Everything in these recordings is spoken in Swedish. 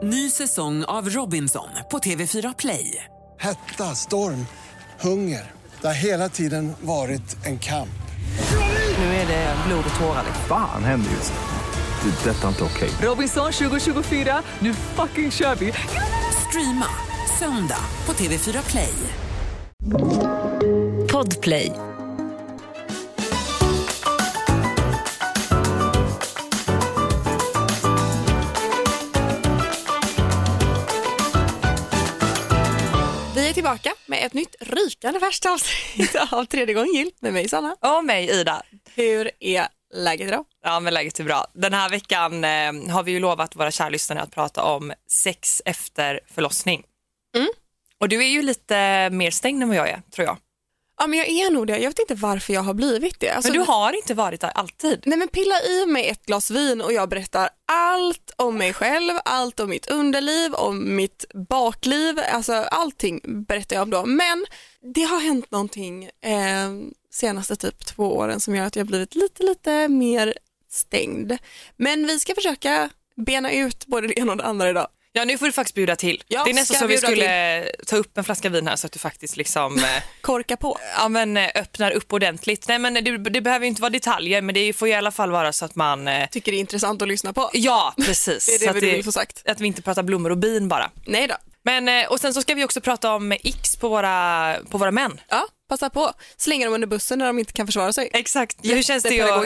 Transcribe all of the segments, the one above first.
Ny säsong av Robinson på TV4 Play. Hetta, storm, hunger. Det har hela tiden varit en kamp. Nu är det blod och tårar. Fan händer just nu. Det. Detta är inte okej. Robinson 2024, nu fucking kör vi. Streama söndag på TV4 Play. Podplay. Vi är tillbaka med ett nytt rykande färskt avsnitt av Tredje gången gillt med mig Sanna. Och mig Ida. Hur är läget idag? Ja, men läget är bra. Den här veckan har vi ju lovat våra kärlyssnare att prata om sex efter förlossning. Och du är ju lite mer stängd än vad jag är, tror jag. Ja, men jag är nog det. Jag vet inte varför jag har blivit det. Alltså, men du har inte varit där alltid. Nej, men pilla i mig ett glas vin och jag berättar allt om mig själv, allt om mitt underliv, om mitt bakliv, alltså allting berättar jag om då. Men det har hänt någonting senaste typ 2 åren som gör att jag har blivit lite mer stängd. Men vi ska försöka bena ut både det ena och det andra idag. Ja, nu får du faktiskt bjuda till. Det är nästan så vi skulle ta upp en flaska vin här så att du faktiskt liksom korka på. Ja, men öppnar upp ordentligt. Nej, men det behöver ju inte vara detaljer, men det får i alla fall vara så att man tycker det är intressant att lyssna på. Ja, precis. Det är det så vi vill få sagt. Att vi inte pratar blommor och bin bara. Nej då. Men och sen så ska vi också prata om X på våra män. Ja, passa på. Slänga dem under bussen när de inte kan försvara sig. Exakt. Hur känns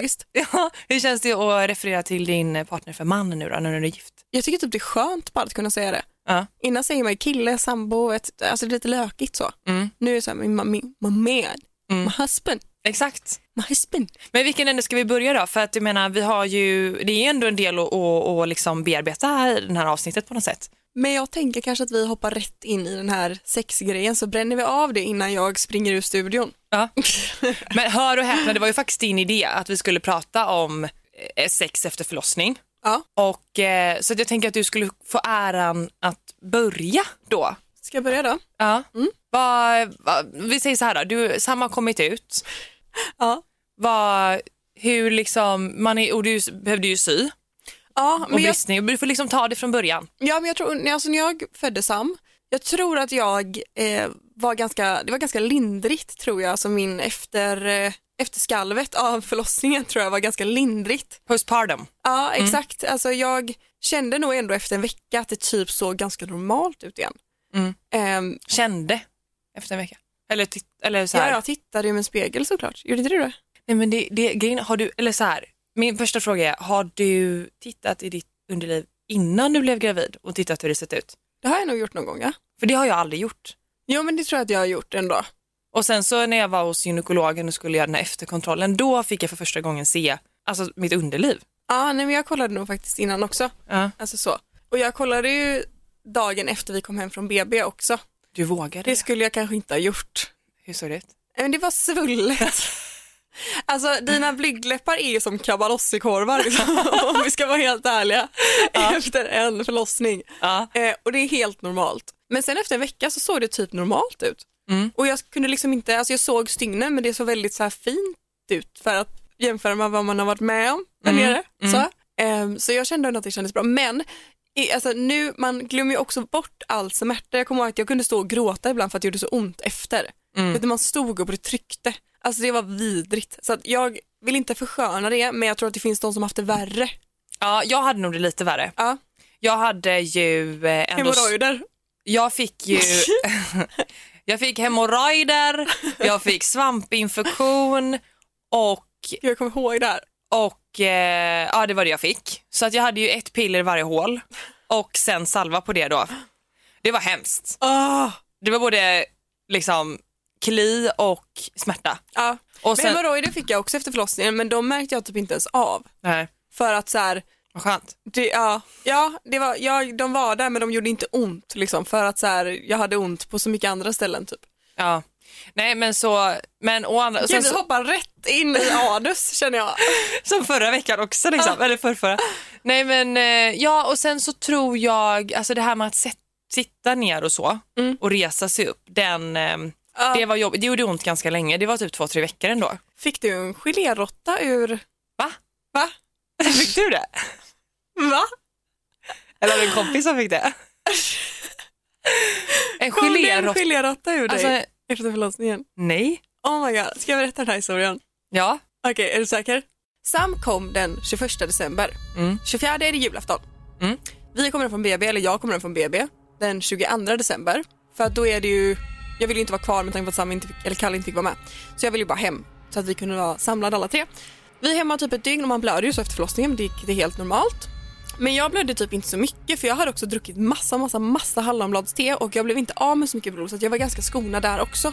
det att referera till din partner för man nu då, när du är gift? Jag tycker typ det är skönt bara att kunna säga det. Ja. Innan säger man ju kille, sambo, alltså det är lite lökigt så. Nu är det så här, my man, my husband. Exakt. My husband. Men vilken ände ska vi börja då? För att jag menar, vi har ju, det är ändå en del att liksom bearbeta i den här avsnittet på något sätt. Men jag tänker kanske att vi hoppar rätt in i den här sexgrejen så bränner vi av det innan jag springer ur studion. Ja. Men hör och häpna, det var ju faktiskt din idé att vi skulle prata om sex efter förlossning. Ja. Och så jag tänker att du skulle få äran att börja då. Ska jag börja då? Ja. Vi säger så här då, Sam har kommit ut. Ja. Hur liksom, och du behövde ju sy. Ja, men och bristning. Du får liksom ta det från början. Ja, men jag tror, alltså när jag födde Sam, jag tror att jag det var ganska lindrigt tror jag, alltså min efter skalvet av förlossningen tror jag var ganska lindrigt. Postpartum. Ja, exakt. Alltså jag kände nog ändå efter en vecka att det typ såg ganska normalt ut igen. Kände efter en vecka? Eller så här. Ja, jag tittade ju med en spegel såklart. Gjorde inte du det? Nej, men grejen, har du, eller så här. Min första fråga är, har du tittat i ditt underliv innan du blev gravid och tittat hur det sett ut? Det har jag nog gjort någon gång, ja. För det har jag aldrig gjort. Jo, men det tror jag att jag har gjort ändå. Och sen så när jag var hos gynekologen och skulle göra den här efterkontrollen, då fick jag för första gången se alltså mitt underliv. Ja, nej, men jag kollade nog faktiskt innan också. Ja. Alltså så. Och jag kollade ju dagen efter vi kom hem från BB också. Du vågade? Det skulle jag kanske inte ha gjort. Hur såg det ut? Men det var svullet. Alltså dina blygdläppar är ju som kabalossi-korvar liksom, om vi ska vara helt ärliga, efter en förlossning. Och det är helt normalt. Men sen efter en vecka så såg det typ normalt ut. Och jag kunde liksom inte, alltså jag såg stygnen men det såg väldigt så här fint ut för att jämföra med vad man har varit med om där nere. Så jag kände att det kändes bra. Men alltså, nu, man glömmer ju också bort all smärta. Jag kommer ihåg att jag kunde stå och gråta ibland för att det gjorde så ont efter. Man stod upp och det tryckte. Alltså det var vidrigt. Så att jag vill inte försköna det, men jag tror att det finns de som haft det värre. Ja, jag hade nog det lite värre. Ja. Jag hade ju hemorrojder. Jag fick ju jag fick hemorrojder, jag fick svampinfektion och jag kommer ihåg det här. Och ja, det var det jag fick. Så att jag hade ju ett piller i varje hål och sen salva på det då. Det var hemskt. Det var både liksom kli och smärta. Ja. Och sen, hemorrojder fick jag också efter förlossningen, men de märkte jag typ inte ens av. Nej. För att så här, vad skönt. De var där men de gjorde inte ont liksom, för att så här, jag hade ont på så mycket andra ställen typ. Ja. Nej, men så å andra sen så hoppar rätt in i anus känner jag. Som förra veckan också liksom, eller förra. Nej, men ja, och sen så tror jag alltså det här med att sitta ner och så och resa sig upp, det var jobbigt. Det gjorde ont ganska länge. Det var typ 2-3 veckor ändå. Fick du en gelérotta ur... Va? Fick du det? Va? Eller en kompis som fick det? En geléråtta ur dig alltså, efter förlossningen? Nej. Oh my god, ska jag berätta den här historien? Ja. Okej, är du säker? Sam kom den 21 december. 24 är det julafton. Vi kommer från BB, eller jag kommer från BB, den 22 december. För att då är det ju, jag vill ju inte vara kvar med tanke på att Sam inte fick, eller Kalle inte fick vara med. Så jag vill ju bara hem, så att vi kunde vara samlade alla 3. Vi är hemma typ ett dygn och man blöder ju så efter förlossningen, det är helt normalt. Men jag blödde typ inte så mycket, för jag hade också druckit massa hallonbladste och jag blev inte av med så mycket blod, så att jag var ganska skonad där också.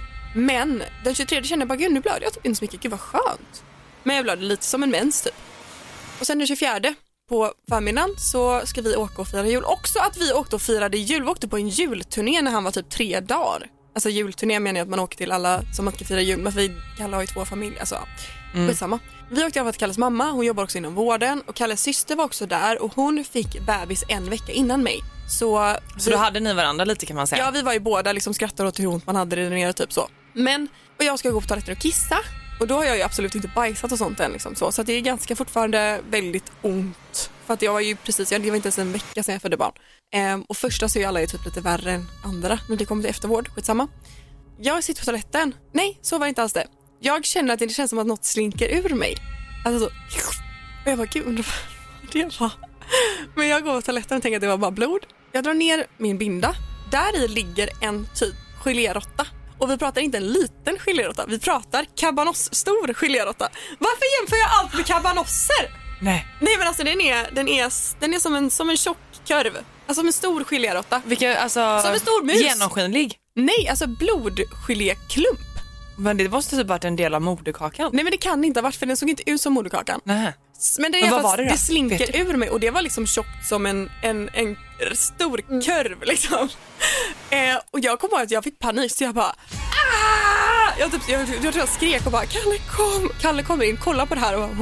Men den 23 kände jag bara, gud, nu blöder jag typ inte så mycket, gud vad skönt. Men jag blödde lite som en mens typ. Och sen den 24 på förmiddagen så ska vi åka och fira jul. Också att vi åkte och firade jul. Vi åkte på en julturné när han var typ 3 dagar. Alltså julturné menar jag att man åker till alla som man ska fira jul med. För vi Kalle har ju 2 familjer. Alltså, skitsamma. Vi åkte i alla fall till Kalles mamma. Hon jobbar också inom vården. Och Kalles syster var också där. Och hon fick bebis en vecka innan mig. Så då hade ni varandra lite, kan man säga. Ja, vi var ju båda liksom skrattade åt hur ont man hade det nere typ så. Men, och jag ska gå på toaletten och kissa. Och då har jag ju absolut inte bajsat och sånt än liksom så att det är ganska fortfarande väldigt ont. För att jag var ju precis, det var inte ens en vecka sedan jag födde barn. Och första så är ju alla typ lite värre än andra när det kommer till eftervård, skitsamma. Jag sitter på toaletten. Nej, så var inte alls det. Jag känner att det känns som att något slinker ur mig. Alltså så. Och jag bara, gud, undrar vad det var. Men jag går på toaletten och tänker att det var bara blod. Jag drar ner min binda. Där i ligger en typ geléråtta. Och vi pratar inte en liten geléråtta. Vi pratar kabanoss-stor geléråtta. Varför jämför jag allt med kabanosser? Nej, men alltså den är som en tjock kurv. Alltså som en stor geléråtta. Vilken, alltså, som en stor mus. Genomskinlig? Nej, alltså blodgeléklump. Men det måste typ varit en del av moderkakan. Nej, men det kan det inte ha varit, för den såg inte ut som moderkakan. Nej. Men det är vad var det då? Det slinker ur mig och det var liksom tjockt som en stor kurv liksom. Och jag kom på att jag fick panik, så jag bara jag tror jag skrek och bara, Kalle kommer in, kolla på det här och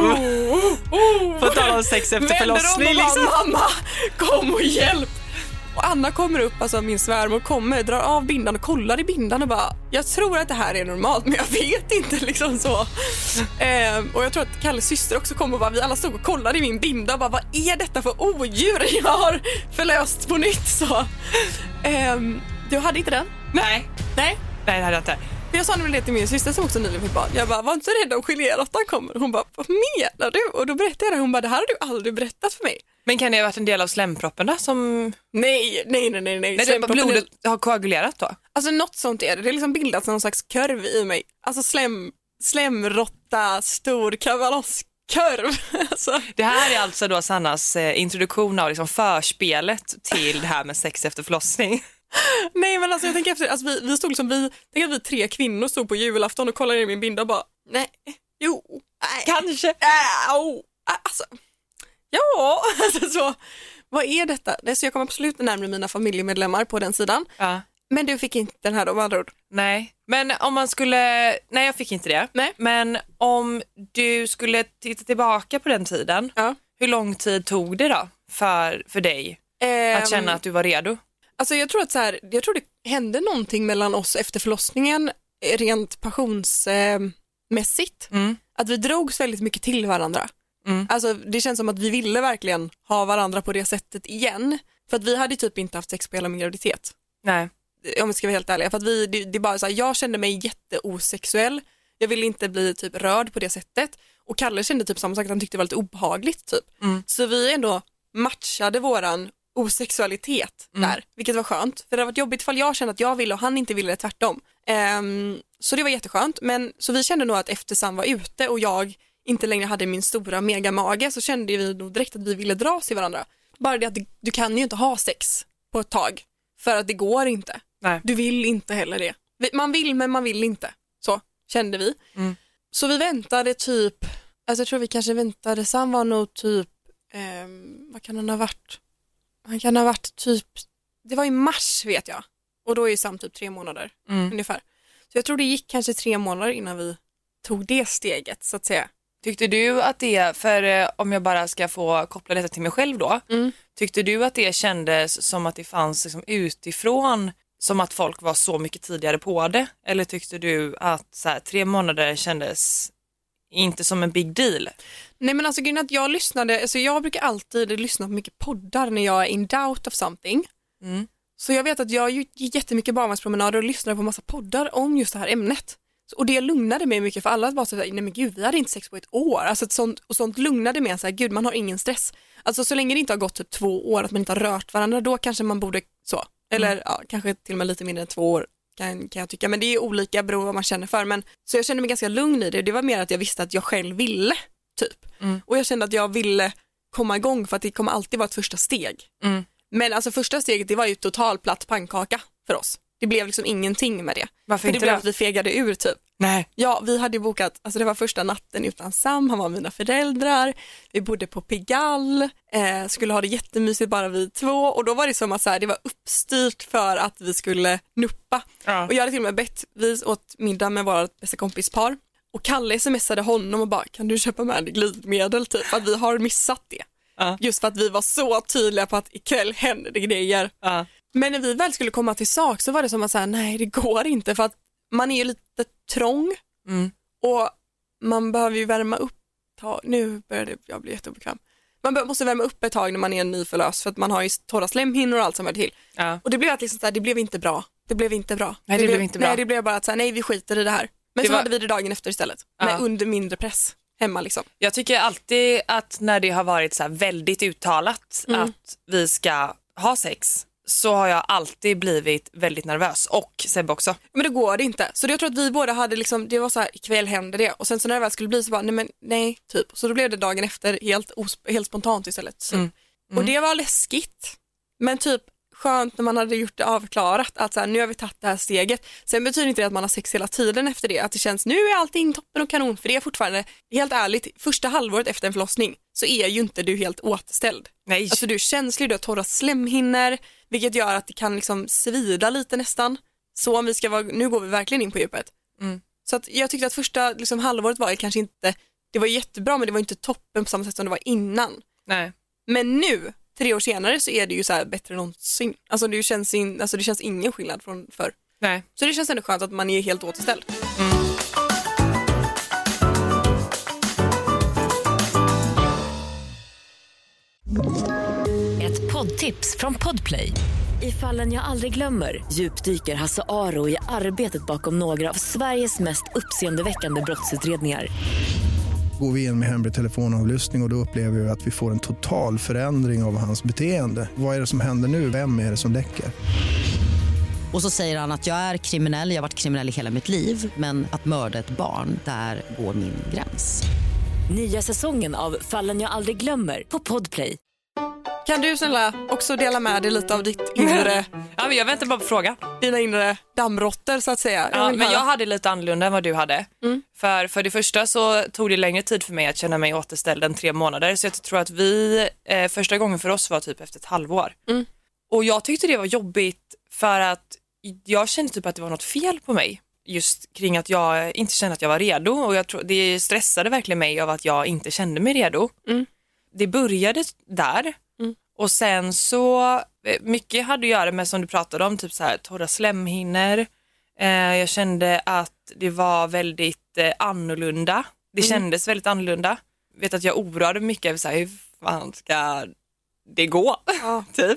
bara för att tala om sex efter förlossning liksom. Mamma, kom och hjälp. Och Anna kommer upp, alltså min svärmor kommer, drar av bindan och kollar i bindan och bara, jag tror att det här är normalt, men jag vet inte liksom så. Och jag tror att Kalles syster också kom och bara, vi alla stod och kollade i min binda och bara, vad är detta för odjur jag har förlöst på nytt så. Du hade inte den? Nej, det hade jag inte. Jag sa nämligen det till min syster som också nyligen fick barn. Jag bara, var inte så rädd om geléråttan kommer. Hon bara, vad menar du? Och då berättade jag det. Hon bara, det här har du aldrig berättat för mig. Men kan det ha varit en del av slemproppen då? Som... Nej. Blodet har koagulerat då? Alltså något sånt är det. Det är liksom bildat som någon slags kurv i mig. Alltså slemrotta, stor kavaloskurv. Alltså. Det här är alltså då Sannas introduktion av liksom förspelet till det här med sex efter förlossning. Nej, men alltså jag tänker efter, alltså vi stod liksom, tänker att vi 3 kvinnor stod på julafton och kollade i min binda och bara, nej, kanske, alltså, ja, alltså så, vad är detta? Så jag kom absolut närmare mina familjemedlemmar på den sidan, men du fick inte den här då, med andra ord. Nej, men om man skulle, nej jag fick inte det, nej. Men om du skulle titta tillbaka på den tiden, hur lång tid tog det då för dig att känna att du var redo? Alltså jag tror att jag tror det hände någonting mellan oss efter förlossningen rent passionsmässigt. Att vi drogs väldigt mycket till varandra. Alltså det känns som att vi ville verkligen ha varandra på det sättet igen. För att vi hade typ inte haft sex på hela min graviditet. Nej. Om vi ska vara helt ärliga. För att det är bara så här, jag kände mig jätteosexuell. Jag ville inte bli typ rörd på det sättet. Och Kalle kände typ samma sak, att han tyckte det var lite obehagligt typ. Så vi ändå matchade våran osexualitet där, vilket var skönt. För det har varit jobbigt ifall jag kände att jag ville och han inte ville, tvärtom. Så det var jätteskönt. Men så vi kände nog att efter Sam var ute och jag inte längre hade min stora megamage, så kände vi nog direkt att vi ville dras i varandra. Bara det att du kan ju inte ha sex på ett tag, för att det går inte. Nej. Du vill inte heller det. Man vill, men man vill inte. Så kände vi. Så vi väntade typ, alltså jag tror vi kanske väntade, Sam var nog typ vad kan han ha varit? Han kan ha varit typ, det var i mars vet jag. Och då är ju Sam typ 3 månader ungefär. Så jag tror det gick kanske 3 månader innan vi tog det steget, så att säga. Tyckte du att det, för om jag bara ska få koppla detta till mig själv då, tyckte du att det kändes som att det fanns liksom utifrån, som att folk var så mycket tidigare på det? Eller tyckte du att så här, 3 månader kändes inte som en big deal. Nej, men alltså att jag brukar alltid lyssna på mycket poddar när jag är in doubt of something. Så jag vet att jag gick jättemycket barnvagnspromenader och lyssnade på massa poddar om just det här ämnet. Och det lugnade mig mycket, för alla var så här, nej men gud, vi hade inte sex på ett år. Alltså sånt lugnade mig, så här, gud, man har ingen stress. Alltså så länge det inte har gått typ 2 år, att man inte har rört varandra, då kanske man borde så. Eller kanske till och med lite mindre än 2 år kan jag tycka. Men det är olika beroende vad man känner för. Men, så jag kände mig ganska lugn i det. Det var mer att jag visste att jag själv ville, typ. Och jag kände att jag ville komma igång, för att det kommer alltid vara ett första steg. Men alltså första steget, det var ju total platt pannkaka för oss. Det blev liksom ingenting med det. Varför för inte det blev det? att vi fegade ur typ. Nej. Ja, vi hade ju bokat, alltså det var första natten utan Sam, han var mina föräldrar. Vi bodde på Pigalle, skulle ha det jättemysigt bara vi 2. Och då var det som att så här, det var uppstyrt för att vi skulle nuppa. Ja. Och jag hade till och med bett, vi åt middag med vårt bästa kompispar. Och Kalle smsade honom och bara, kan du köpa med dig glidmedel typ? För att vi har missat det. Just för att vi var så tydliga på att ikväll händer det grejer. Men när vi väl skulle komma till sak så var det som att säga, nej det går inte, för att man är ju lite trång och man behöver ju värma upp. Nu börjar jag bli jätteobekväm. Man måste värma upp ett tag när man är nyförlös, för att man har ju torra slemhinnor och allt som är till. Och det blev att liksom så här, det blev inte bra. Nej, det blev inte bra. Nej, det blev bara att säga, nej vi skiter i det här. Men så hade vi det dagen efter istället. Med under mindre press hemma liksom. Jag tycker alltid att när det har varit så här väldigt uttalat att vi ska ha sex, så har jag alltid blivit väldigt nervös, och Seb också. Men då går det inte. Så jag tror att vi båda hade liksom, det var så här, ikväll händer det. Och sen så när det väl skulle bli så bara, nej typ. Så då blev det dagen efter helt spontant istället. Så. Och det var läskigt. Men typ skönt när man hade gjort det avklarat. Att så här, nu har vi tagit det här steget. Sen betyder inte det att man har sex hela tiden efter det. Att det känns, nu är allting toppen och kanon. För det är fortfarande, helt ärligt, första halvåret efter en förlossning så är ju inte du helt återställd. Nej. Alltså du är känslig, du har torra slemhinnor, vilket gör att det kan liksom svida lite nästan. Så om vi ska vara, nu går vi verkligen in på djupet. Så att jag tyckte att första liksom, halvåret var kanske inte, det var jättebra, men det var inte toppen på samma sätt som det var innan. Nej. Men nu, 3 år senare, så är det ju så här bättre än någonsin. Alltså det känns ingen skillnad från förr. Nej. Så det känns ändå skönt att man är helt återställd. Ett poddtips från Podplay. I Fallen jag aldrig glömmer djupdyker Hasse Aro i arbetet bakom några av Sveriges mest uppseendeväckande brottsutredningar. Går vi in med hemlig telefonavlyssning och då upplever vi att vi får en total förändring av hans beteende. Vad är det som händer nu? Vem är det som läcker? Och så säger han att jag är kriminell, jag har varit kriminell i hela mitt liv. Men att mörda ett barn, där går min gräns. Nya säsongen av Fallen jag aldrig glömmer på Podplay. Kan du snälla också dela med dig lite av ditt inre... Ja, men jag väntar bara på fråga. Dina inre dammråttor så att säga. Men jag hade lite annorlunda än vad du hade. För det första så tog det längre tid för mig att känna mig återställd än 3 månader. Så jag tror att första gången för oss var typ efter ett halvår. Och jag tyckte det var jobbigt för att jag kände typ att det var något fel på mig. Just kring att jag inte kände att jag var redo. Och jag tror, det stressade verkligen mig av att jag inte kände mig redo. Det började där. Och sen så, mycket hade att göra med, som du pratade om, typ så här torra slemhinnor. Jag kände att det var väldigt annorlunda. Det kändes väldigt annorlunda. Jag vet att jag oroade mycket över så här, hur fan ska det gå? Typ.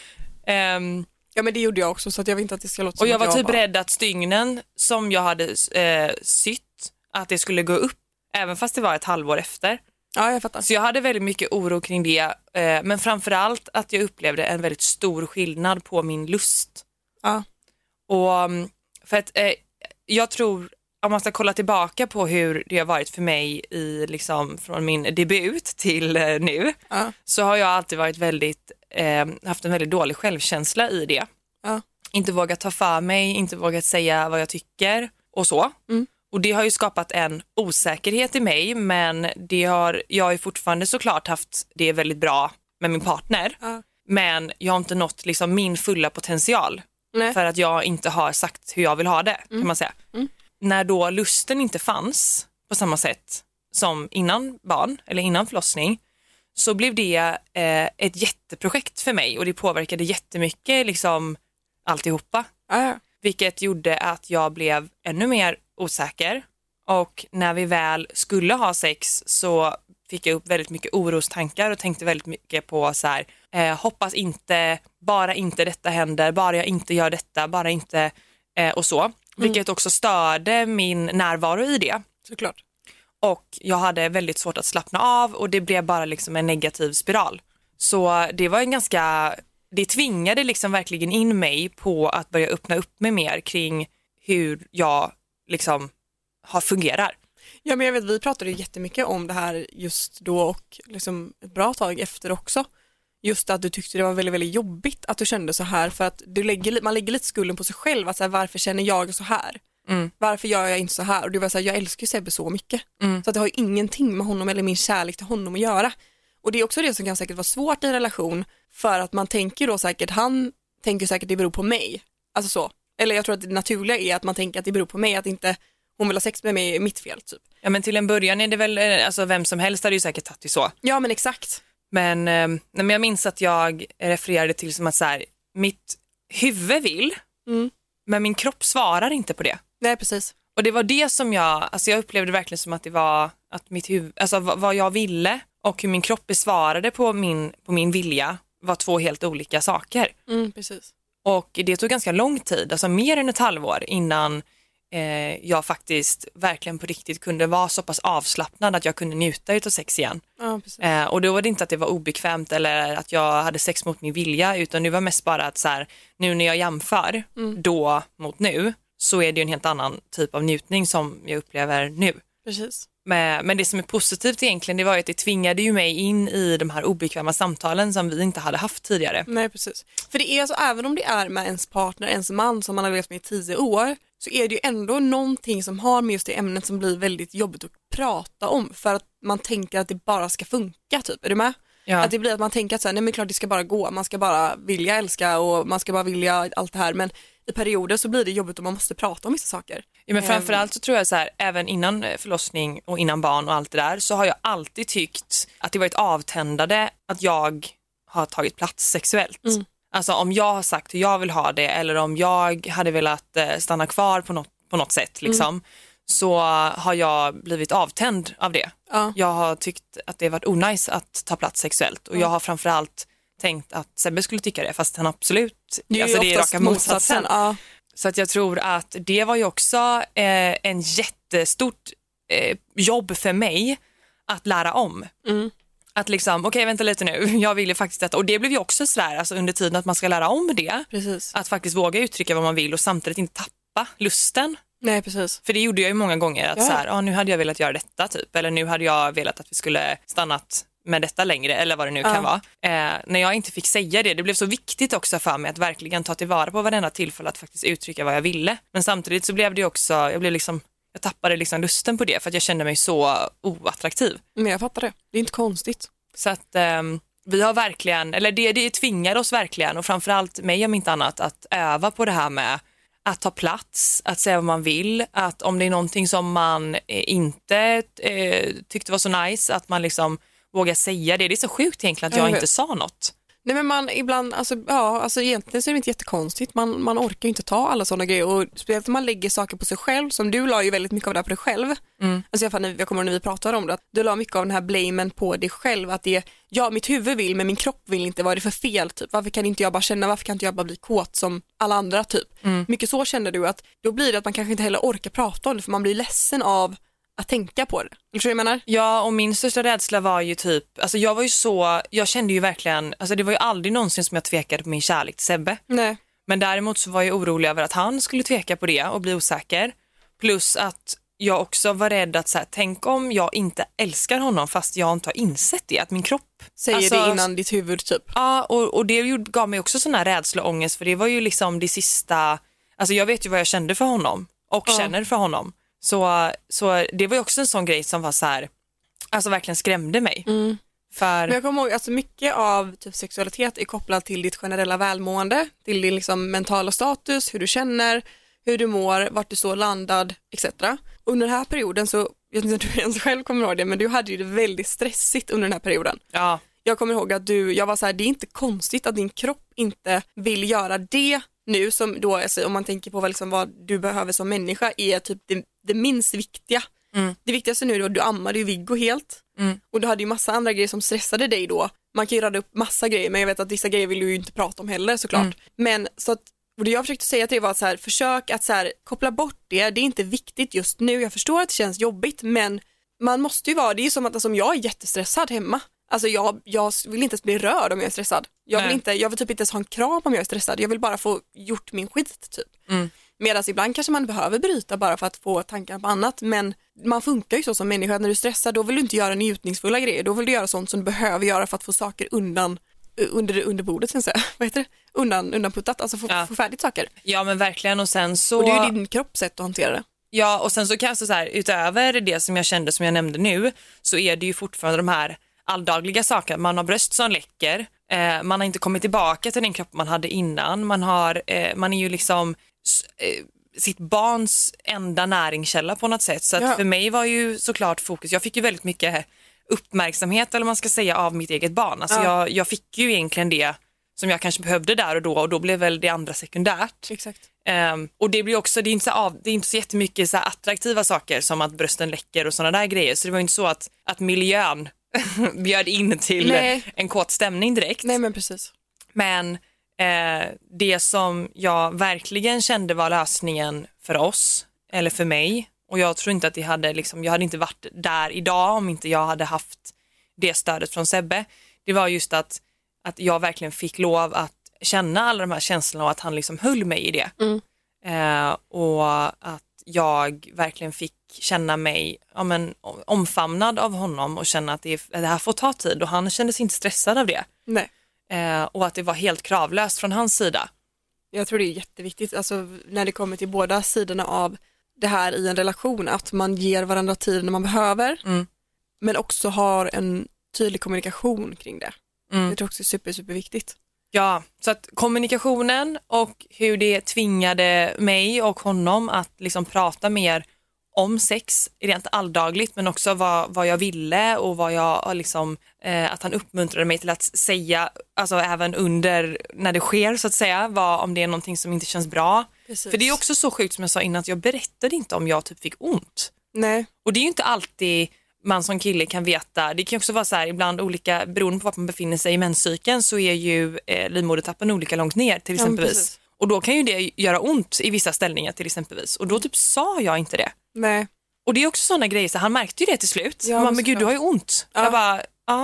Ja, men det gjorde jag också, så att jag vet inte att det ska låta som. Och jag var typ rädd att stygnen som jag hade sytt, att det skulle gå upp, även fast det var ett halvår efter. Ja, jag fattar. Så jag hade väldigt mycket oro kring det. Men framförallt att jag upplevde en väldigt stor skillnad på min lust. Ja. Och för att jag tror, om man ska kolla tillbaka på hur det har varit för mig i, liksom, från min debut till nu, så har jag alltid varit väldigt, haft en väldigt dålig självkänsla i det. Inte vågat ta för mig, inte vågat säga vad jag tycker och så. Och det har ju skapat en osäkerhet i mig, men jag har ju fortfarande såklart haft det väldigt bra med min partner. Men jag har inte nått liksom min fulla potential. För att jag inte har sagt hur jag vill ha det, kan man säga. När då lusten inte fanns på samma sätt som innan barn eller innan förlossning, så blev det ett jätteprojekt för mig, och det påverkade jättemycket liksom alltihopa. Vilket gjorde att jag blev ännu mer osäker Och när vi väl skulle ha sex så fick jag upp väldigt mycket orostankar och tänkte väldigt mycket på så här, hoppas inte, bara inte detta händer, bara jag inte gör detta, bara inte och så. Vilket också störde min närvaro i det. Såklart. Och jag hade väldigt svårt att slappna av och det blev bara liksom en negativ spiral. Så det var det tvingade liksom verkligen in mig på att börja öppna upp mig mer kring hur jag liksom fungerar. Ja, men jag vet, vi pratade ju jättemycket om det här just då och liksom ett bra tag efter också. Just att du tyckte det var väldigt, väldigt jobbigt att du kände så här, för att man lägger lite skulden på sig själv, att så här, varför känner jag så här? Varför gör jag inte så här? Och det var så här, jag älskar ju Sebbe så mycket. Så att det har ju ingenting med honom eller min kärlek till honom att göra. Och det är också det som kan säkert vara svårt i en relation, för att man tänker då säkert, han tänker säkert det beror på mig. Alltså så. Eller jag tror att det naturliga är att man tänker att det beror på mig, att inte hon vill ha sex med mig är mitt fel typ. Ja, men till en början är det väl, alltså vem som helst hade ju säkert tagit det så. Ja, men exakt. Men jag minns att jag refererade till som att så här, mitt huvud vill, men min kropp svarar inte på det. Nej, precis. Och det var det som jag upplevde verkligen som att det var att mitt huvud, alltså vad jag ville och hur min kropp besvarade på min vilja var två helt olika saker. Precis. Och det tog ganska lång tid, alltså mer än ett halvår innan jag faktiskt verkligen på riktigt kunde vara så pass avslappnad att jag kunde njuta utav sex igen. Ja, precis. Och då var det inte att det var obekvämt eller att jag hade sex mot min vilja, utan det var mest bara att så här, nu när jag jämför då mot nu, så är det ju en helt annan typ av njutning som jag upplever nu. Precis. Men det som är positivt egentligen, det var ju att det tvingade ju mig in i de här obekväma samtalen som vi inte hade haft tidigare. Nej, precis. För det är alltså, även om det är med ens partner, ens man som man har levt med i 10 år, så är det ju ändå någonting som har med just det ämnet som blir väldigt jobbigt att prata om, för att man tänker att det bara ska funka typ. Är du med? Ja. Att det blir att man tänker att så här, nej men klart det ska bara gå, man ska bara vilja älska och man ska bara vilja allt det här, men i perioder så blir det jobbigt och man måste prata om vissa saker. Ja, men framförallt så tror jag så här, även innan förlossning och innan barn och allt det där, så har jag alltid tyckt att det varit avtändande att jag har tagit plats sexuellt. Alltså om jag har sagt hur jag vill ha det, eller om jag hade velat stanna kvar på något sätt liksom, så har jag blivit avtänd av det. Jag har tyckt att det varit onajs att ta plats sexuellt, och jag har framförallt tänkt att Sebbe skulle tycka det, fast han absolut, det är raka motsatsen. Så att jag tror att det var ju också en jättestort jobb för mig att lära om. Att liksom, okej, vänta lite nu, jag vill ju faktiskt detta. Och det blev ju också sådär, alltså under tiden att man ska lära om det. Precis. Att faktiskt våga uttrycka vad man vill och samtidigt inte tappa lusten. Nej, precis. För det gjorde jag ju många gånger, att så här, nu hade jag velat göra detta typ. Eller nu hade jag velat att vi skulle stannat med detta längre, eller vad det nu kan vara. När jag inte fick säga det blev så viktigt också för mig att verkligen ta tillvara på varenda tillfälle att faktiskt uttrycka vad jag ville. Men samtidigt så blev det också, jag tappade liksom lusten på det, för att jag kände mig så oattraktiv. Men jag fattar det. Det är inte konstigt. Så att vi har verkligen, eller det tvingar oss verkligen, och framförallt mig om inte annat, att öva på det här med att ta plats, att säga vad man vill, att om det är någonting som man inte tyckte var så nice, att man liksom vågar säga det. Det är så sjukt egentligen att jag inte sa något. Nej, men man ibland, alltså egentligen så är det inte jättekonstigt. Man orkar ju inte ta alla sådana grejer, och speciellt om man lägger saker på sig själv, som du la ju väldigt mycket av det här på dig själv. Alltså jag kommer när vi pratade om det, att du la mycket av den här blamen på dig själv, att mitt huvud vill men min kropp vill inte, vad är det för fel typ? Varför kan inte jag bara känna, varför kan inte jag bara bli kåt som alla andra typ? Mycket så kände du, att då blir det att man kanske inte heller orkar prata om det, för man blir ledsen av att tänka på det. Eller tror jag menar? Ja, och min största rädsla var ju typ, alltså jag kände ju verkligen, alltså det var ju aldrig någonsin som jag tvekade på min kärlek till Sebbe. Nej. Men däremot så var jag orolig över att han skulle tveka på det och bli osäker. Plus att jag också var rädd att så här, tänk om jag inte älskar honom fast jag inte har insett det, att min kropp säger det innan ditt huvud typ. Ja, och det gav mig också sån här rädsla och ångest, för det var ju liksom det sista, alltså jag vet ju vad jag kände för honom och känner för honom. Så det var ju också en sån grej som var så här, alltså verkligen skrämde mig. Men jag kommer ihåg, alltså mycket av typ sexualitet är kopplat till ditt generella välmående, till din liksom mentala status, hur du känner, hur du mår, vart du står landad, etc. Under den här perioden så, jag vet inte om du ens själv kommer ihåg det, men du hade ju det väldigt stressigt under den här perioden. Ja. Jag kommer ihåg att jag var så här, det är inte konstigt att din kropp inte vill göra det nu, som då, alltså, om man tänker på liksom vad du behöver som människa, är typ det minst viktiga. Det viktigaste nu är att du ammade ju Viggo helt. Och du hade ju massa andra grejer som stressade dig då. Man kan ju rada upp massa grejer, men jag vet att vissa grejer vill du ju inte prata om heller såklart. Men så att, och det jag försökte säga till dig var att så här, försök att så här, koppla bort det. Det är inte viktigt just nu. Jag förstår att det känns jobbigt, men man måste ju vara, det är ju som att alltså, jag är jättestressad hemma. Alltså jag vill inte ens bli rörd om jag är stressad. Jag vill typ inte ens ha en kram om jag är stressad. Jag vill bara få gjort min skit typ. Medan ibland kanske man behöver bryta bara för att få tankar på annat. Men man funkar ju så som människa. När du stressar, då vill du inte göra njutningsfulla grejer. Då vill du göra sånt som du behöver göra för att få saker under bordet, sen säga. Vad heter det? Undanputtat, alltså få färdigt saker. Ja, men verkligen. Och sen så... Och det är ju din kroppssätt att hantera det. Ja, och sen så kanske så här, utöver det som jag kände, som jag nämnde nu, så är det ju fortfarande de här alldagliga sakerna. Man har bröst som läcker. Man har inte kommit tillbaka till den kropp man hade innan. Man är ju liksom sitt barns enda näringskälla på något sätt. Så att för mig var ju såklart fokus. Jag fick ju väldigt mycket uppmärksamhet, eller man ska säga, av mitt eget barn. Alltså jag fick ju egentligen det som jag kanske behövde där och då blev väl det andra sekundärt. Exakt. Och det blir också, det är inte så jättemycket så här attraktiva saker som att brösten läcker och sådana där grejer. Så det var ju inte så att miljön bjöd in till en kåt stämning direkt. Nej, men precis. Men det som jag verkligen kände var lösningen för oss, eller för mig, och jag tror inte att jag hade inte varit där idag om inte jag hade haft det stödet från Sebbe. Det var just att jag verkligen fick lov att känna alla de här känslorna och att han liksom höll mig i det. Och att jag verkligen fick känna mig omfamnad av honom och känna att det här får ta tid, och han kände sig inte stressad av det. Nej. Och att det var helt kravlöst från hans sida. Jag tror det är jätteviktigt, alltså, när det kommer till båda sidorna av det här i en relation, att man ger varandra tid när man behöver, men också har en tydlig kommunikation kring det. Jag tror också det är superviktigt. Ja, så att kommunikationen och hur det tvingade mig och honom att liksom prata mer om sex, rent alldagligt, men också vad jag ville och vad jag liksom, att han uppmuntrade mig till att säga, alltså även under när det sker så att säga, om det är någonting som inte känns bra. Precis. För det är också så sjukt som jag sa innan, att jag berättade inte om jag typ fick ont. Nej. Och det är ju inte alltid man som kille kan veta. Det kan också vara så här, ibland olika, beroende på var man befinner sig i menscykeln, så är ju livmodertappen olika långt ner till exempelvis. Och då kan ju det göra ont i vissa ställningar till exempelvis. Och då typ sa jag inte det. Nej. Och det är också sådana grejer, så han märkte ju det till slut. Ja, men gud, du har ju ont. Jag bara,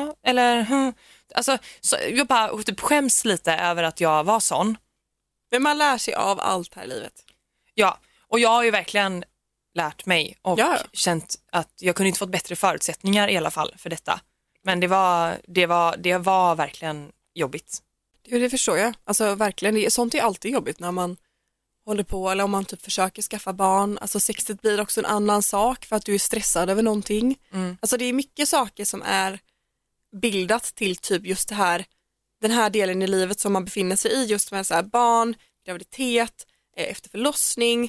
Alltså, så jag bara typ skäms lite över att jag var sån. Men man lär sig av allt här i livet. Ja, och jag har ju verkligen lärt mig och känt att jag kunde inte fått bättre förutsättningar i alla fall för detta. Men det var verkligen jobbigt. Det förstår jag. Alltså verkligen, sånt är alltid jobbigt när man håller på, eller om man typ försöker skaffa barn. Alltså sexet blir också en annan sak för att du är stressad över någonting. Alltså det är mycket saker som är bildat till typ just det här, den här delen i livet som man befinner sig i, just med så här barn, graviditet, efter förlossning.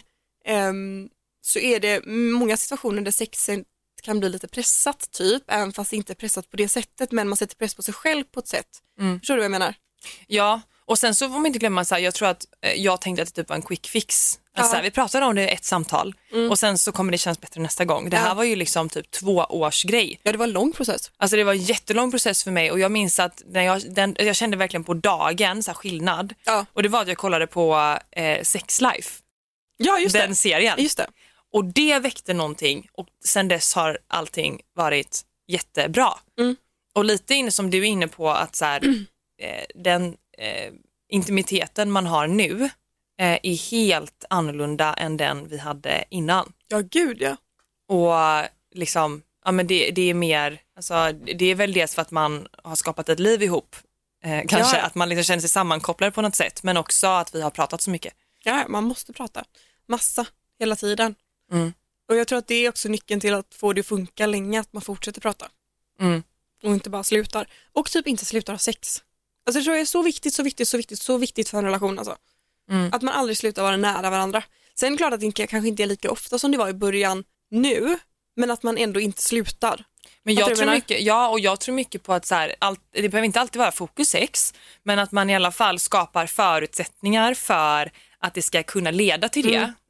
Så är det många situationer där sexet kan bli lite pressat typ, även fast inte pressat på det sättet, men man sätter press på sig själv på ett sätt. Förstår du vad jag menar? Ja, och sen så får man inte glömma så här, jag tror att jag tänkte att det typ var en quick fix. Alltså, vi pratade om det i ett samtal och sen så kommer det kännas bättre nästa gång. Det här var ju liksom typ 2 års grej. Ja, det var en lång process. Alltså det var en jättelång process för mig, och jag minns att när jag kände verkligen på dagen så här skillnad. Ja. Och det var att jag kollade på Sex Life. Ja, just den serien. Just det. Och det väckte någonting, och sen dess har allting varit jättebra. Och lite inne som du är inne på, att så här, den intimiteten man har nu är helt annorlunda än den vi hade innan. Ja, gud ja. Och liksom, ja, men det är mer, alltså, det är väl dels för att man har skapat ett liv ihop. Kanske att man liksom känner sig sammankopplad på något sätt, men också att vi har pratat så mycket. Ja, man måste prata. Massa, hela tiden. Och jag tror att det är också nyckeln till att få det att funka länge, att man fortsätter prata. Och inte bara slutar. Och typ inte slutar ha sex. Alltså jag tror det är så viktigt för en relation alltså. Att man aldrig slutar vara nära varandra. Sen är det klart att det kanske inte är lika ofta som det var i början nu, men att man ändå inte slutar. Men jag tror mycket på att så här, det behöver inte alltid vara fokus sex, men att man i alla fall skapar förutsättningar för att det ska kunna leda till det.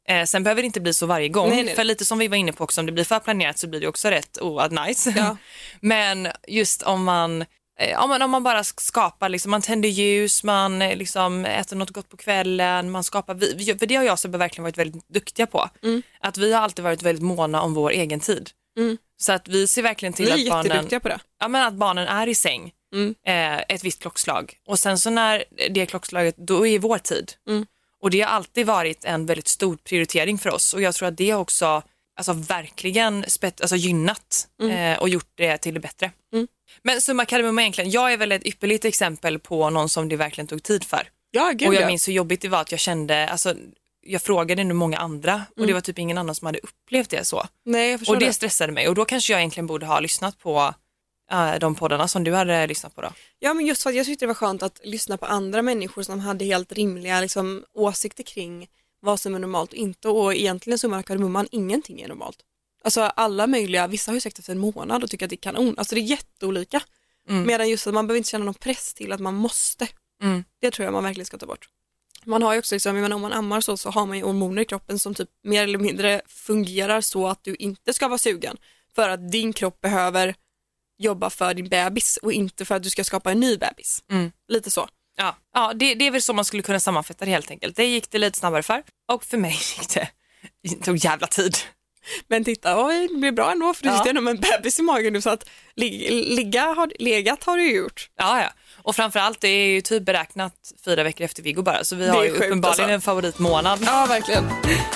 Sen behöver det inte bli så varje gång. Nej. För lite som vi var inne på också, om det blir för planerat så blir det också rätt nice. Ja. Men just om man bara skapar, liksom, man tänder ljus, man liksom äter något gott på kvällen, man skapar, för det har jag och Sebbe verkligen varit väldigt duktiga på. Att vi har alltid varit väldigt måna om vår egen tid. Så att vi ser verkligen till att barnen, på det. ja, men att barnen är i säng ett visst klockslag. Och sen så när det klockslaget, då är vår tid. Och det har alltid varit en väldigt stor prioritering för oss. Och jag tror att det också verkligen gynnat och gjort det till det bättre. Men summa kardemumma egentligen, jag är väl ett ypperligt exempel på någon som det verkligen tog tid för. Ja, gud, och jag minns hur jobbigt det var att jag kände, jag frågade nu många andra och det var typ ingen annan som hade upplevt det så. Nej, jag förstår och det stressade mig, och då kanske jag egentligen borde ha lyssnat på de poddarna som du hade lyssnat på då. Ja, men just för att jag tyckte det var skönt att lyssna på andra människor som hade helt rimliga liksom, åsikter kring vad som är normalt och inte, och egentligen summan av kardemumman, ingenting är normalt. Alltså alla möjliga, vissa har ju sagt efter en månad och tycker att det är kanon. Alltså det är jätteolika. Medan just att man behöver inte känna någon press till att man måste. Det tror jag man verkligen ska ta bort. Man har ju också, liksom, om man ammar så har man ju hormoner i kroppen som typ mer eller mindre fungerar så att du inte ska vara sugen. För att din kropp behöver jobba för din bebis och inte för att du ska skapa en ny bebis. Lite så. Ja, det är väl så man skulle kunna sammanfatta det helt enkelt. Det gick det lite snabbare för. Och för mig gick det tog jävla tid. Men titta, det blir bra ändå, för du sitter ändå med en bebis i magen nu, så att legat har du gjort. Ja. Och framförallt det är ju typ beräknat 4 veckor efter Viggo bara, så vi har ju uppenbarligen en favoritmånad. Ja, verkligen.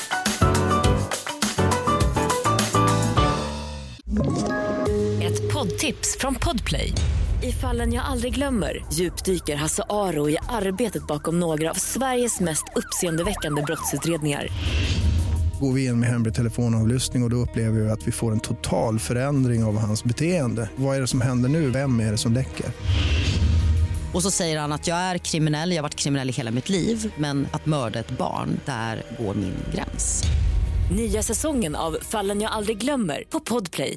Ett poddtips från Podplay. I Fallen jag aldrig glömmer djupdyker Hasse Aro i arbetet bakom några av Sveriges mest uppseendeväckande brottsutredningar. Går vi in med hemlig telefonavlyssning och då upplever vi att vi får en total förändring av hans beteende. Vad är det som händer nu? Vem är det som läcker? Och så säger han att jag är kriminell, jag har varit kriminell i hela mitt liv. Men att mörda ett barn, där går min gräns. Nya säsongen av Fallen jag aldrig glömmer på Podplay.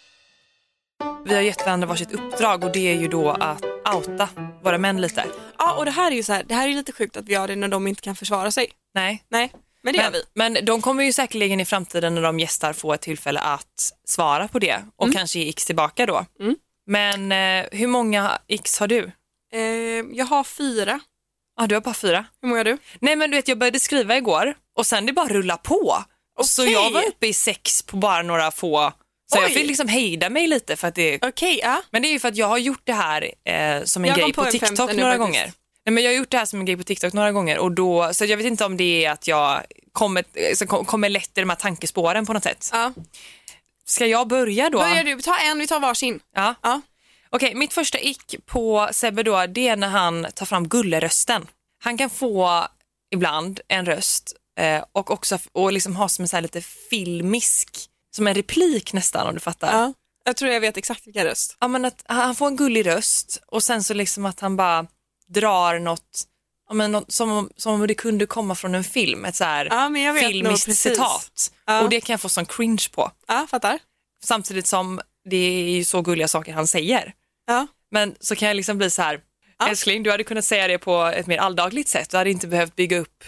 Vi har gett varandra varsitt uppdrag, och det är ju då att outa våra män lite. Ja, och det här är ju så här, det här är lite sjukt att vi gör det när de inte kan försvara sig. Nej. Men det gör vi. Men de kommer ju säkerligen i framtiden när de gästar få ett tillfälle att svara på det. Och kanske ge x tillbaka då. Men hur många x har du? Jag har 4. Ja, du har bara 4. Hur många har du? Nej, men du vet, jag började skriva igår och sen det bara rulla på. Okay. Så jag var uppe i 6 på bara några få. Så jag fick liksom hejda mig lite för att det... Okej, ja. Men det är ju för att jag har gjort det här som en grej på TikTok några gånger. Nej, men jag har gjort det här som en grej på TikTok några gånger, och då, så jag vet inte om det är att jag kommer lätt i de här tankespåren på något sätt. Ja. Ska jag börja då? Börjar du? Ta en, vi tar varsin. Ja. Okej, mitt första ick på Sebbe då, det är när han tar fram gullerösten. Han kan få ibland en röst och också och liksom ha som en så här lite filmisk, som en replik nästan, om du fattar. Ja. Jag tror jag vet exakt vilken röst. Ja, men att han får en gullig röst och sen så liksom att han bara drar något som om det kunde komma från en film, ett så här filmiskt citat. Ja. Och det kan jag få sån cringe på. Ja, fattar. Samtidigt som det är ju så gulliga saker han säger. Ja. Men så kan jag liksom bli så här, älskling, du hade kunnat säga det på ett mer alldagligt sätt. Du hade inte behövt bygga upp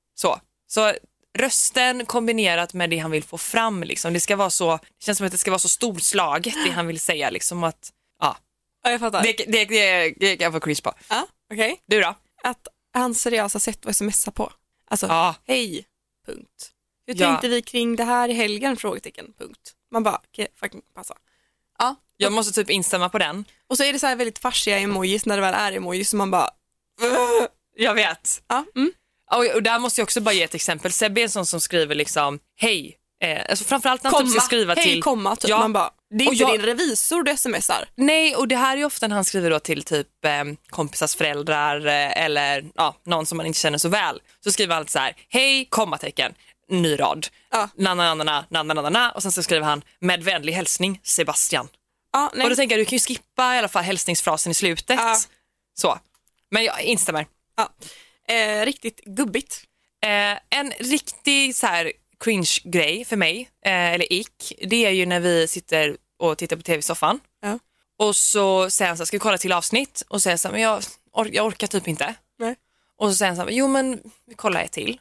så rösten kombinerat med det han vill få fram liksom. Det ska vara så, det känns som att det ska vara så storslaget det han vill säga liksom, att ja, jag fattar. Det kan jag få cringe på. Ja, okej. Du då? Att han seriösa sätt att smsa på. Alltså, hej, punkt. Hur tänkte vi kring det här i helgen? Frågetecken, punkt. Man bara, fucking passa. Ja. Jag måste typ instämma på den. Och så är det så här väldigt farsiga emojis när det väl är emojis, så man bara... Jag vet. Ja. Och där måste jag också bara ge ett exempel. Sebbe är en sån som skriver liksom, hej. Alltså framförallt när han typ ska skriva till... Hej, komma, typ. Man bara, det är inte din revisor du smsar. Nej, och det här är ju ofta när han skriver då till typ kompisars föräldrar eller någon som man inte känner så väl. Så skriver han så här, hej, kommatecken, ny rad. Na, och sen så skriver han, med vänlig hälsning, Sebastian. Ja, nej. Och då tänker jag, du kan ju skippa i alla fall hälsningsfrasen i slutet. Ja. Så. Men jag instämmer. Ja. Riktigt gubbigt. En riktig så här cringe-grej för mig, eller ick, det är ju när vi sitter och tittar på tv-soffan. Ja. Och så säger han så här, ska vi kolla till avsnitt? Och säger så här, men jag orkar typ inte. Nej. Och så säger han så här, jo men vi kollar ett till.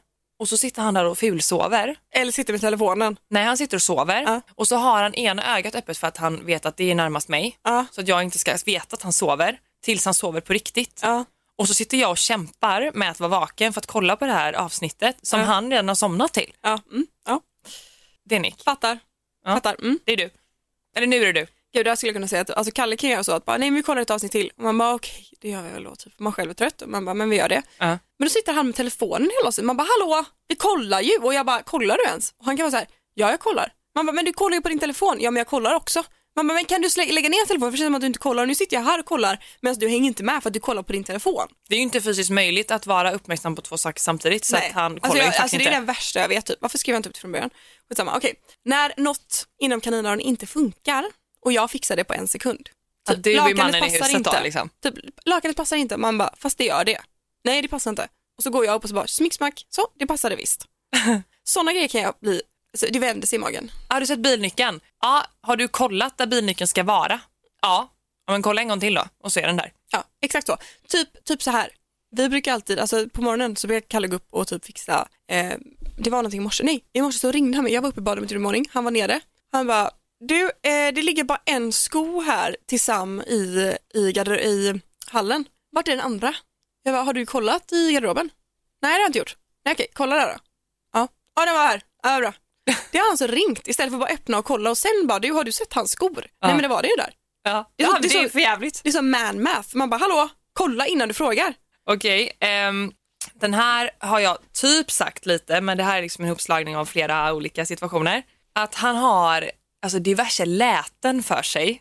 och så sitter han där och fulsover. Eller sitter med telefonen. Nej, han sitter och sover. Och så har han ena ögat öppet för att han vet att det är närmast mig. Så att jag inte ska veta att han sover tills han sover på riktigt. Och så sitter jag och kämpar med att vara vaken för att kolla på det här avsnittet som han redan har somnat till. Det är Nick. Fattar. Det är du. Eller nu är det du. Gud, jag skulle kunna säga att alltså, Kalle kan göra så att bara, nej, men vi kollar ett avsnitt till. Och man bara, okej, det gör jag då. Typ. Man själv är trött och man bara, men vi gör det. Men då sitter han med telefonen hela tiden. Man bara, hallå, vi kollar ju. Och jag bara, kollar du ens? Och han kan vara så här, ja, jag kollar. Man bara, men du kollar ju på din telefon. Ja, men jag kollar också. Man bara, men kan du lägga ner telefonen? För det känns som att du inte kollar. Nu sitter jag här och kollar, men du hänger inte med för att du kollar på din telefon. Det är ju inte fysiskt möjligt att vara uppmärksam på 2 saker samtidigt. Så att han kollar ju faktiskt alltså, det är det värsta jag vet. Typ. Varför skrev jag inte upp det från början? Okej. När något inom kaninöron inte funkar och jag fixar det på 1 sekund. Typ, du är mannen i huset inte. då liksom. Typ, lakanet passar inte. Man bara, fast det gör det. Nej, det passar inte. Och så går jag upp och så bara, smick. Så, det passade visst. Sådana grejer kan jag bli, alltså, det vänder sig i magen. Har du sett bilnyckeln? Ja, har du kollat där bilnyckeln ska vara? Ja, men kolla en gång till då. Och så är den där. Ja, exakt så. Typ så här. Vi brukar alltid, alltså på morgonen så brukar Kalle gå upp och typ fixa, det var någonting i morse. Nej, i morse så ringde han mig. Jag var uppe i badrummet i morgon. Han var nere. Han bara, du, det ligger bara en sko här till Sam i hallen. Vart är den andra? Jag bara, har du kollat i garderoben? Nej, det har jag inte gjort. Nej, okej, kolla där då. Ja, den var här. Ja, bra. Det har han så ringt istället för att bara öppna och kolla och sen bara, har du sett hans skor? Nej, men det var det ju där. Ja, det är för jävligt. Det är som man math. Man bara, hallå, kolla innan du frågar. Okej, den här har jag typ sagt lite, men det här är liksom en uppslagning av flera olika situationer. Att han har alltså diverse läten för sig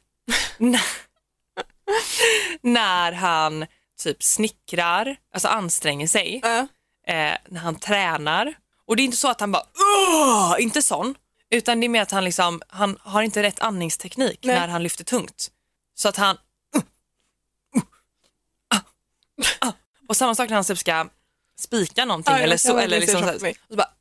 när han typ snickrar, alltså anstränger sig, när han tränar. Och det är inte så att han bara, inte sån, utan det är mer att han liksom, han har inte rätt andningsteknik när han lyfter tungt. Så att han och samma sak när han typ ska spika någonting eller så, eller liksom så bara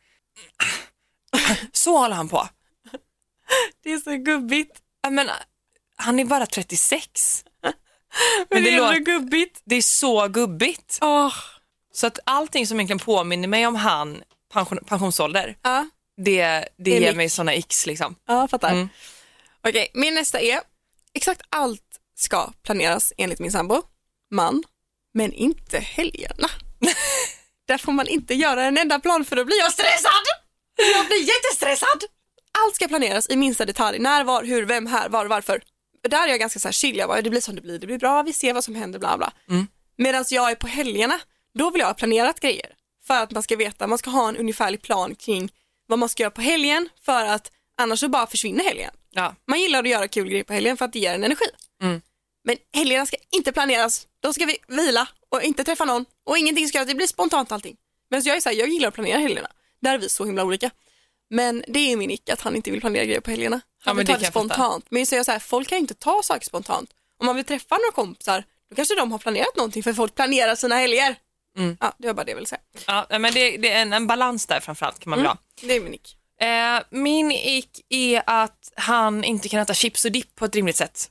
så håller han på. Det är så gubbigt. Men han är bara 36. Men det är gubbigt. Det är så gubbigt. Så att allting som egentligen påminner mig om han pensionsålder, det ger mig såna x liksom. Ja, fattar. Okej, min nästa är exakt allt ska planeras enligt min sambo, man, men inte helgerna. Där får man inte göra en enda plan för då blir jag stressad. Jag blir jättestressad. Allt ska planeras i minsta detalj. När, var, hur, vem, här, var, varför. Där är jag ganska så här chill. Jag bara, det blir som det blir bra, vi ser vad som händer, bla bla. Medan jag är på helgerna, då vill jag ha planerat grejer. För att man ska veta, man ska ha en ungefärlig plan kring vad man ska göra på helgen. För att annars så bara försvinner helgen. Ja. Man gillar att göra kul grejer på helgen för att det ger en energi. Men helgerna ska inte planeras. Då ska vi vila och inte träffa någon. Och ingenting ska göras, det blir spontant allting. Men så jag är så här, jag gillar att planera helgerna. Där är vi så himla olika. Men det är min ick att han inte vill planera grejer på helgerna. Han vill ta det spontant. Men så jag säger folk kan inte ta saker spontant. Om man vill träffa några kompisar, då kanske de har planerat någonting för folk planerar sina helger. Ja, det var bara det jag ville säga. Ja, men det är en balans där framförallt kan man bli. Det är min ick. Min ick är att han inte kan äta chips och dipp på ett rimligt sätt.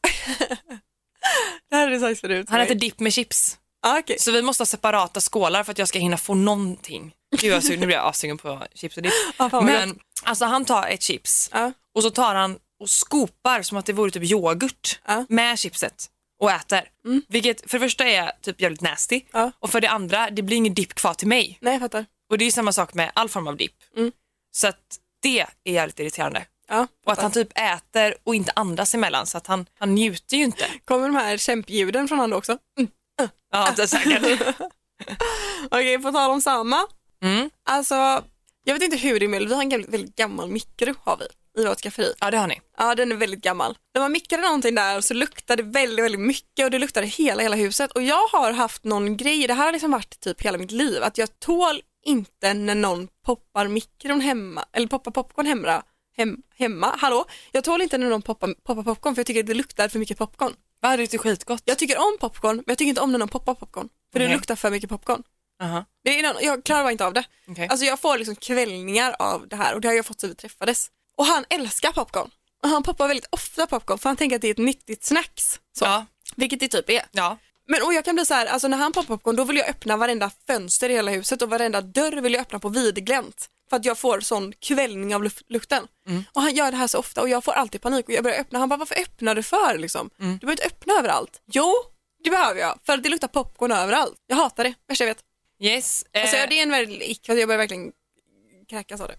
Det här är det sagt förut. Han äter dipp med chips. Okay. Så vi måste ha separata skålar för att jag ska hinna få någonting. Nu blir jag avsugen på chips och dipp. Men alltså han tar ett chips och så tar han och skopar som att det vore typ yoghurt med chipset och äter. Vilket för det första är typ jävligt nasty och för det andra, det blir ingen dipp kvar till mig. Nej, jag fattar. Och det är samma sak med all form av dipp. Så att det är jävligt irriterande. Och att han typ äter och inte andas emellan så att han njuter ju inte. Kommer de här kämpljuden från han också? Ja, det är säkert. Okej, på tal om samma. Alltså, jag vet inte hur det är med. Vi har en väldigt gammal mikro har vi i vårt skafferi. Ja, det har ni. Ja, den är väldigt gammal. När man mikrar någonting där så luktar det väldigt, väldigt mycket och det luktade hela huset. Och jag har haft någon grej, det här har liksom varit typ hela mitt liv, att jag tål inte när någon poppar mikron hemma, eller poppar popcorn hemma. Hallå? Jag tål inte när någon poppar popcorn för jag tycker att det luktar för mycket popcorn. Ja, det är skitgott. Jag tycker om popcorn, men jag tycker inte om när någon poppar popcorn. För det luktar för mycket popcorn. Jag klarar bara inte av det. Alltså jag får liksom kvällningar av det här och det har jag fått så vi träffades. Och han älskar popcorn. Och han poppar väldigt ofta popcorn för han tänker att det är ett nyttigt snacks. Så. Vilket det typ är. Och jag kan bli så här, alltså när han poppar popcorn då vill jag öppna varenda fönster i hela huset och varenda dörr vill jag öppna på vidglänt. För att jag får sån kvällning av lukten. Och han gör det här så ofta och jag får alltid panik och jag börjar öppna. Han bara, varför öppnar du för liksom? Du behöver inte öppna överallt. Jo, det behöver jag. För det luktar popcorn överallt. Jag hatar det, värst jag vet. Yes. Alltså det är en väldigt ick, jag börjar verkligen kräkas av det.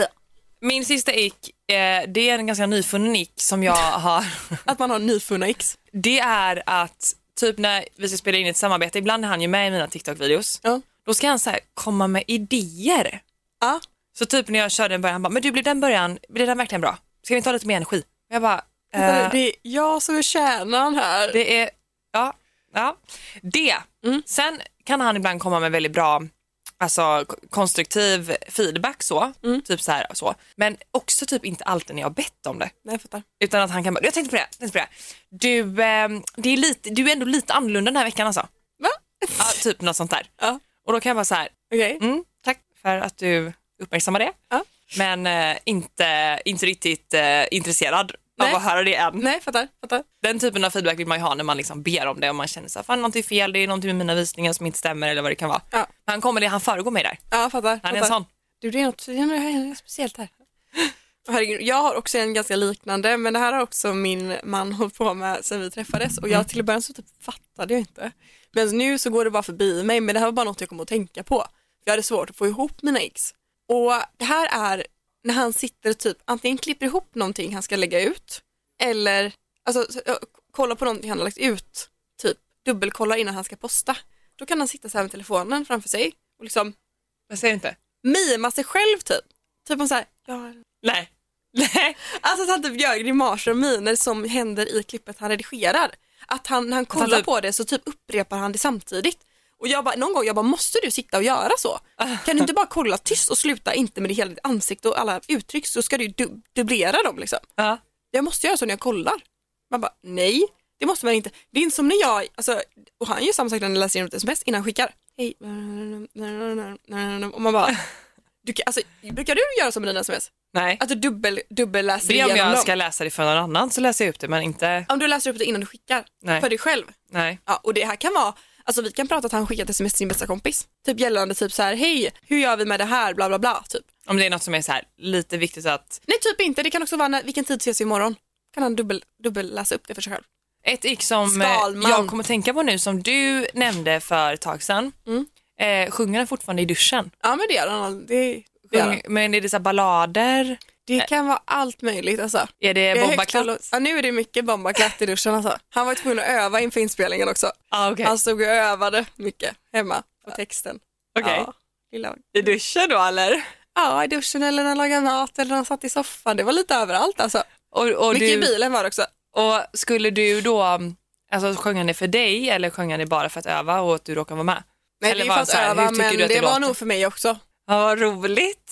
Min sista ick, det är en ganska nyfunnen ick som jag har. Att man har nyfunna icks. Det är att typ när vi ska spela in ett samarbete, ibland är han ju med i mina TikTok-videos. Ja. Då ska han så här komma med idéer. Ja. Så typ när jag körde en början, han bara, men du, blev den verkligen bra? Ska vi ta lite mer energi? Jag bara, det är jag som är kärnan här. det är, ja. Det. Sen kan han ibland komma med väldigt bra, alltså konstruktiv feedback så, typ så här så. Men också typ inte alltid när jag har bett om det. Nej, jag fattar. Utan att han kan bara, jag tänkte på det. Du, du är ändå lite annorlunda den här veckan alltså. Va? Ja, typ något sånt där. Ja. Och då kan jag vara så här, Okej. tack för att du uppmärksammar det. Ja. Men inte riktigt intresserad av att höra det än. Nej, fattar. Den typen av feedback vill man ju ha när man liksom ber om det. Om man känner så här, fan någonting är fel, det är någonting med mina visningar som inte stämmer eller vad det kan vara. Ja. Han kommer det, han föregår mig där. Ja, fattar. Han är en sån. Du, det är något speciellt här. Herregud, jag har också en ganska liknande, men det här har också min man hållit på med sen vi träffades. Och jag till och början så typ fattade jag inte. Men nu så går det bara förbi mig, men det här var bara något jag kom att tänka på. Jag hade svårt att få ihop mina ex. Och det här är när han sitter typ, antingen klipper ihop någonting han ska lägga ut, eller alltså kolla på någonting han har lagt ut, typ dubbelkollar innan han ska posta. Då kan han sitta så här med telefonen framför sig och liksom, Jag säger inte. mima sig själv typ om så här, Nej. Alltså att han typ gör grimaser och miner som händer i klippet han redigerar. Att han, när han kollar på det så typ upprepar han det samtidigt. Och någon gång måste du sitta och göra så? Kan du inte bara kolla tyst och sluta inte med det hela ditt ansikte och alla uttryck, så ska du dubblera dem liksom. Jag måste göra så när jag kollar. Man bara, nej, det måste man inte. Det är inte som när jag, alltså, och han gör samma sak när han läser igenom ett sms innan han skickar. Hej. Och man bara, brukar du göra så med dina sms? Nej. Att du dubbelläser det är igenom om jag dem. ska läsa det för någon annan så läser jag upp det, men inte... Om du läser upp det innan du skickar. Nej. För dig själv. Nej. Ja, och det här kan vara, alltså vi kan prata att han skickat sms till sin bästa kompis. Typ gällande typ så här, hej, hur gör vi med det här, bla bla bla, typ. Om det är något som är så här lite viktigt att... Nej, typ inte. Det kan också vara vilken tid ses vi imorgon. Kan han dubbel läsa upp det för sig själv. Ett ick som jag kommer att tänka på nu, som du nämnde för ett tag sedan. Sjunger han fortfarande i duschen? Ja, men det gör han. Men är det så här ballader? Det kan vara allt möjligt alltså. Är det bombaklatt? Ja, nu är det mycket bombaklatt i duschen alltså. Han var tvungen att öva inför inspelningen också. Okay. Han stod och övade mycket hemma på texten. Okej. Ja, i duschen då eller? Ja, i duschen eller när han lagade mat eller när han satt i soffan. Det var lite överallt alltså. Och mycket i bilen var det också. Och skulle du då, alltså sjöng han det för dig eller sjöng han det bara för att öva och att du råkar vara med? Nej, eller det är för att öva, men det var nog för mig också. Ja, vad roligt.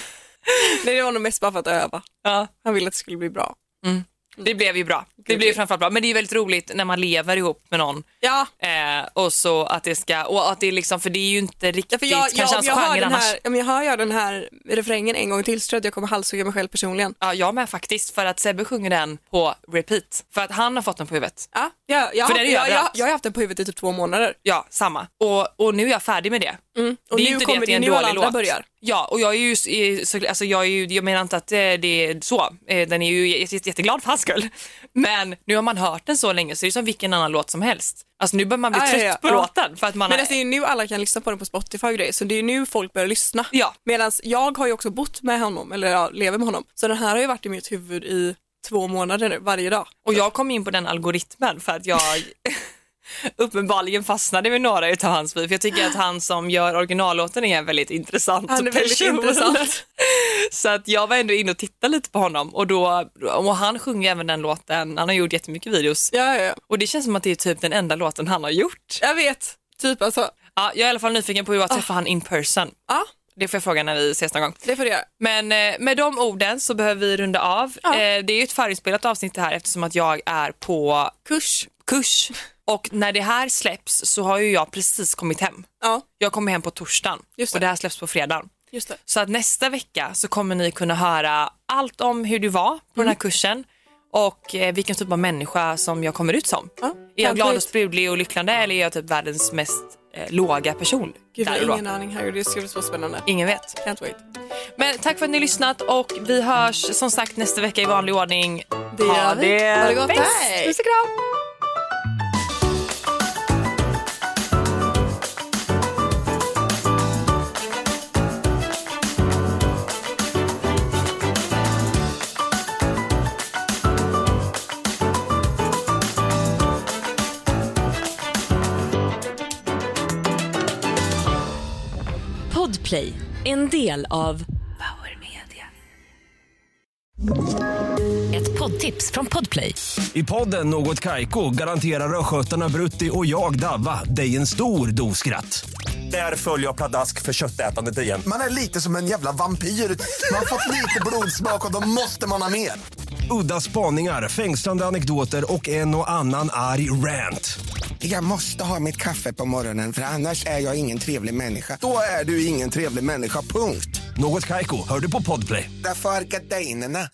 Nej, det var nog mest bara för att öva. Ja. Han ville att det skulle bli bra. Det blev ju bra. Det blev framförallt bra. Men det är väldigt roligt när man lever ihop med någon. Ja. Och så att det ska, och att det är liksom, för det är ju inte riktigt kanske hans jag genre annars. Jag hör den här refrängen en gång till, så tror jag att jag kommer halshugga mig själv personligen. Ja, jag med faktiskt, för att Sebbe sjunger den på repeat. För att han har fått den på huvudet. Ja, jag har haft den på huvudet i typ 2 månader. Ja, samma. Och nu är jag färdig med det. Och det är nu inte kommer det det en nu alla dålig andra låt. Börjar. Ja, och jag är ju alltså jag menar inte att det är så. Den är ju jätteglad för hans skull. Men nu har man hört den så länge så det är som vilken annan låt som helst. Alltså nu börjar man bli trött på låten. För att man men det är ju nu alla kan lyssna på den på Spotify och grejer, så det är nu folk börjar lyssna. Ja. Medan jag har ju också bott med honom, eller lever med honom. Så den här har ju varit i mitt huvud i 2 månader nu, varje dag. Och jag kom in på den algoritmen för att jag uppenbarligen fastnade med några utav hans liv. För jag tycker att han som gör originallåten är väldigt intressant. Han är väldigt intressant. Så att jag var ändå inne och tittade lite på honom. Och han sjunger även den låten. Han har gjort jättemycket videos. Ja. Och det känns som att det är typ den enda låten han har gjort. Jag vet, typ alltså. Ja, jag är i alla fall nyfiken på hur jag träffar han in person. Ja. Det får jag fråga när vi ses någon gång. Det får du göra. Men med de orden så behöver vi runda av. Ja. Det är ju ett förinspelat avsnitt det här eftersom att jag är på kurs. Och när det här släpps så har ju jag precis kommit hem. Ja. Jag kommer hem på torsdagen och det här släpps på fredagen. Just det. Så att nästa vecka så kommer ni kunna höra allt om hur du var på den här kursen och vilken typ av människa som jag kommer ut som. Ja. Är jag glad och sprudlig och lycklande eller är jag typ världens mest låga person? Gud, jag har ingen aning här och det ska bli så spännande. Ingen vet. Can't wait. Men tack för att ni har lyssnat och vi hörs som sagt nästa vecka i vanlig ordning. Det gör vi. Ha det gott. Hej! Puss och kram! Podplay, en del av Power Media. Ett poddtips från Podplay. I podden Något Kaiko garanterar röskötarna Brutti och jag Davva dig en stor doskratt. Där följer jag pladask för köttätandet igen. Man är lite som en jävla vampyr. Man har fått lite blodsmak och då måste man ha mer. Udda spaningar, fängslande anekdoter och en och annan arg rant. Jag måste ha mitt kaffe på morgonen för annars är jag ingen trevlig människa. Då är du ingen trevlig människa, punkt. Något Kaiko, hör du på Podplay. Därför är gardinerna.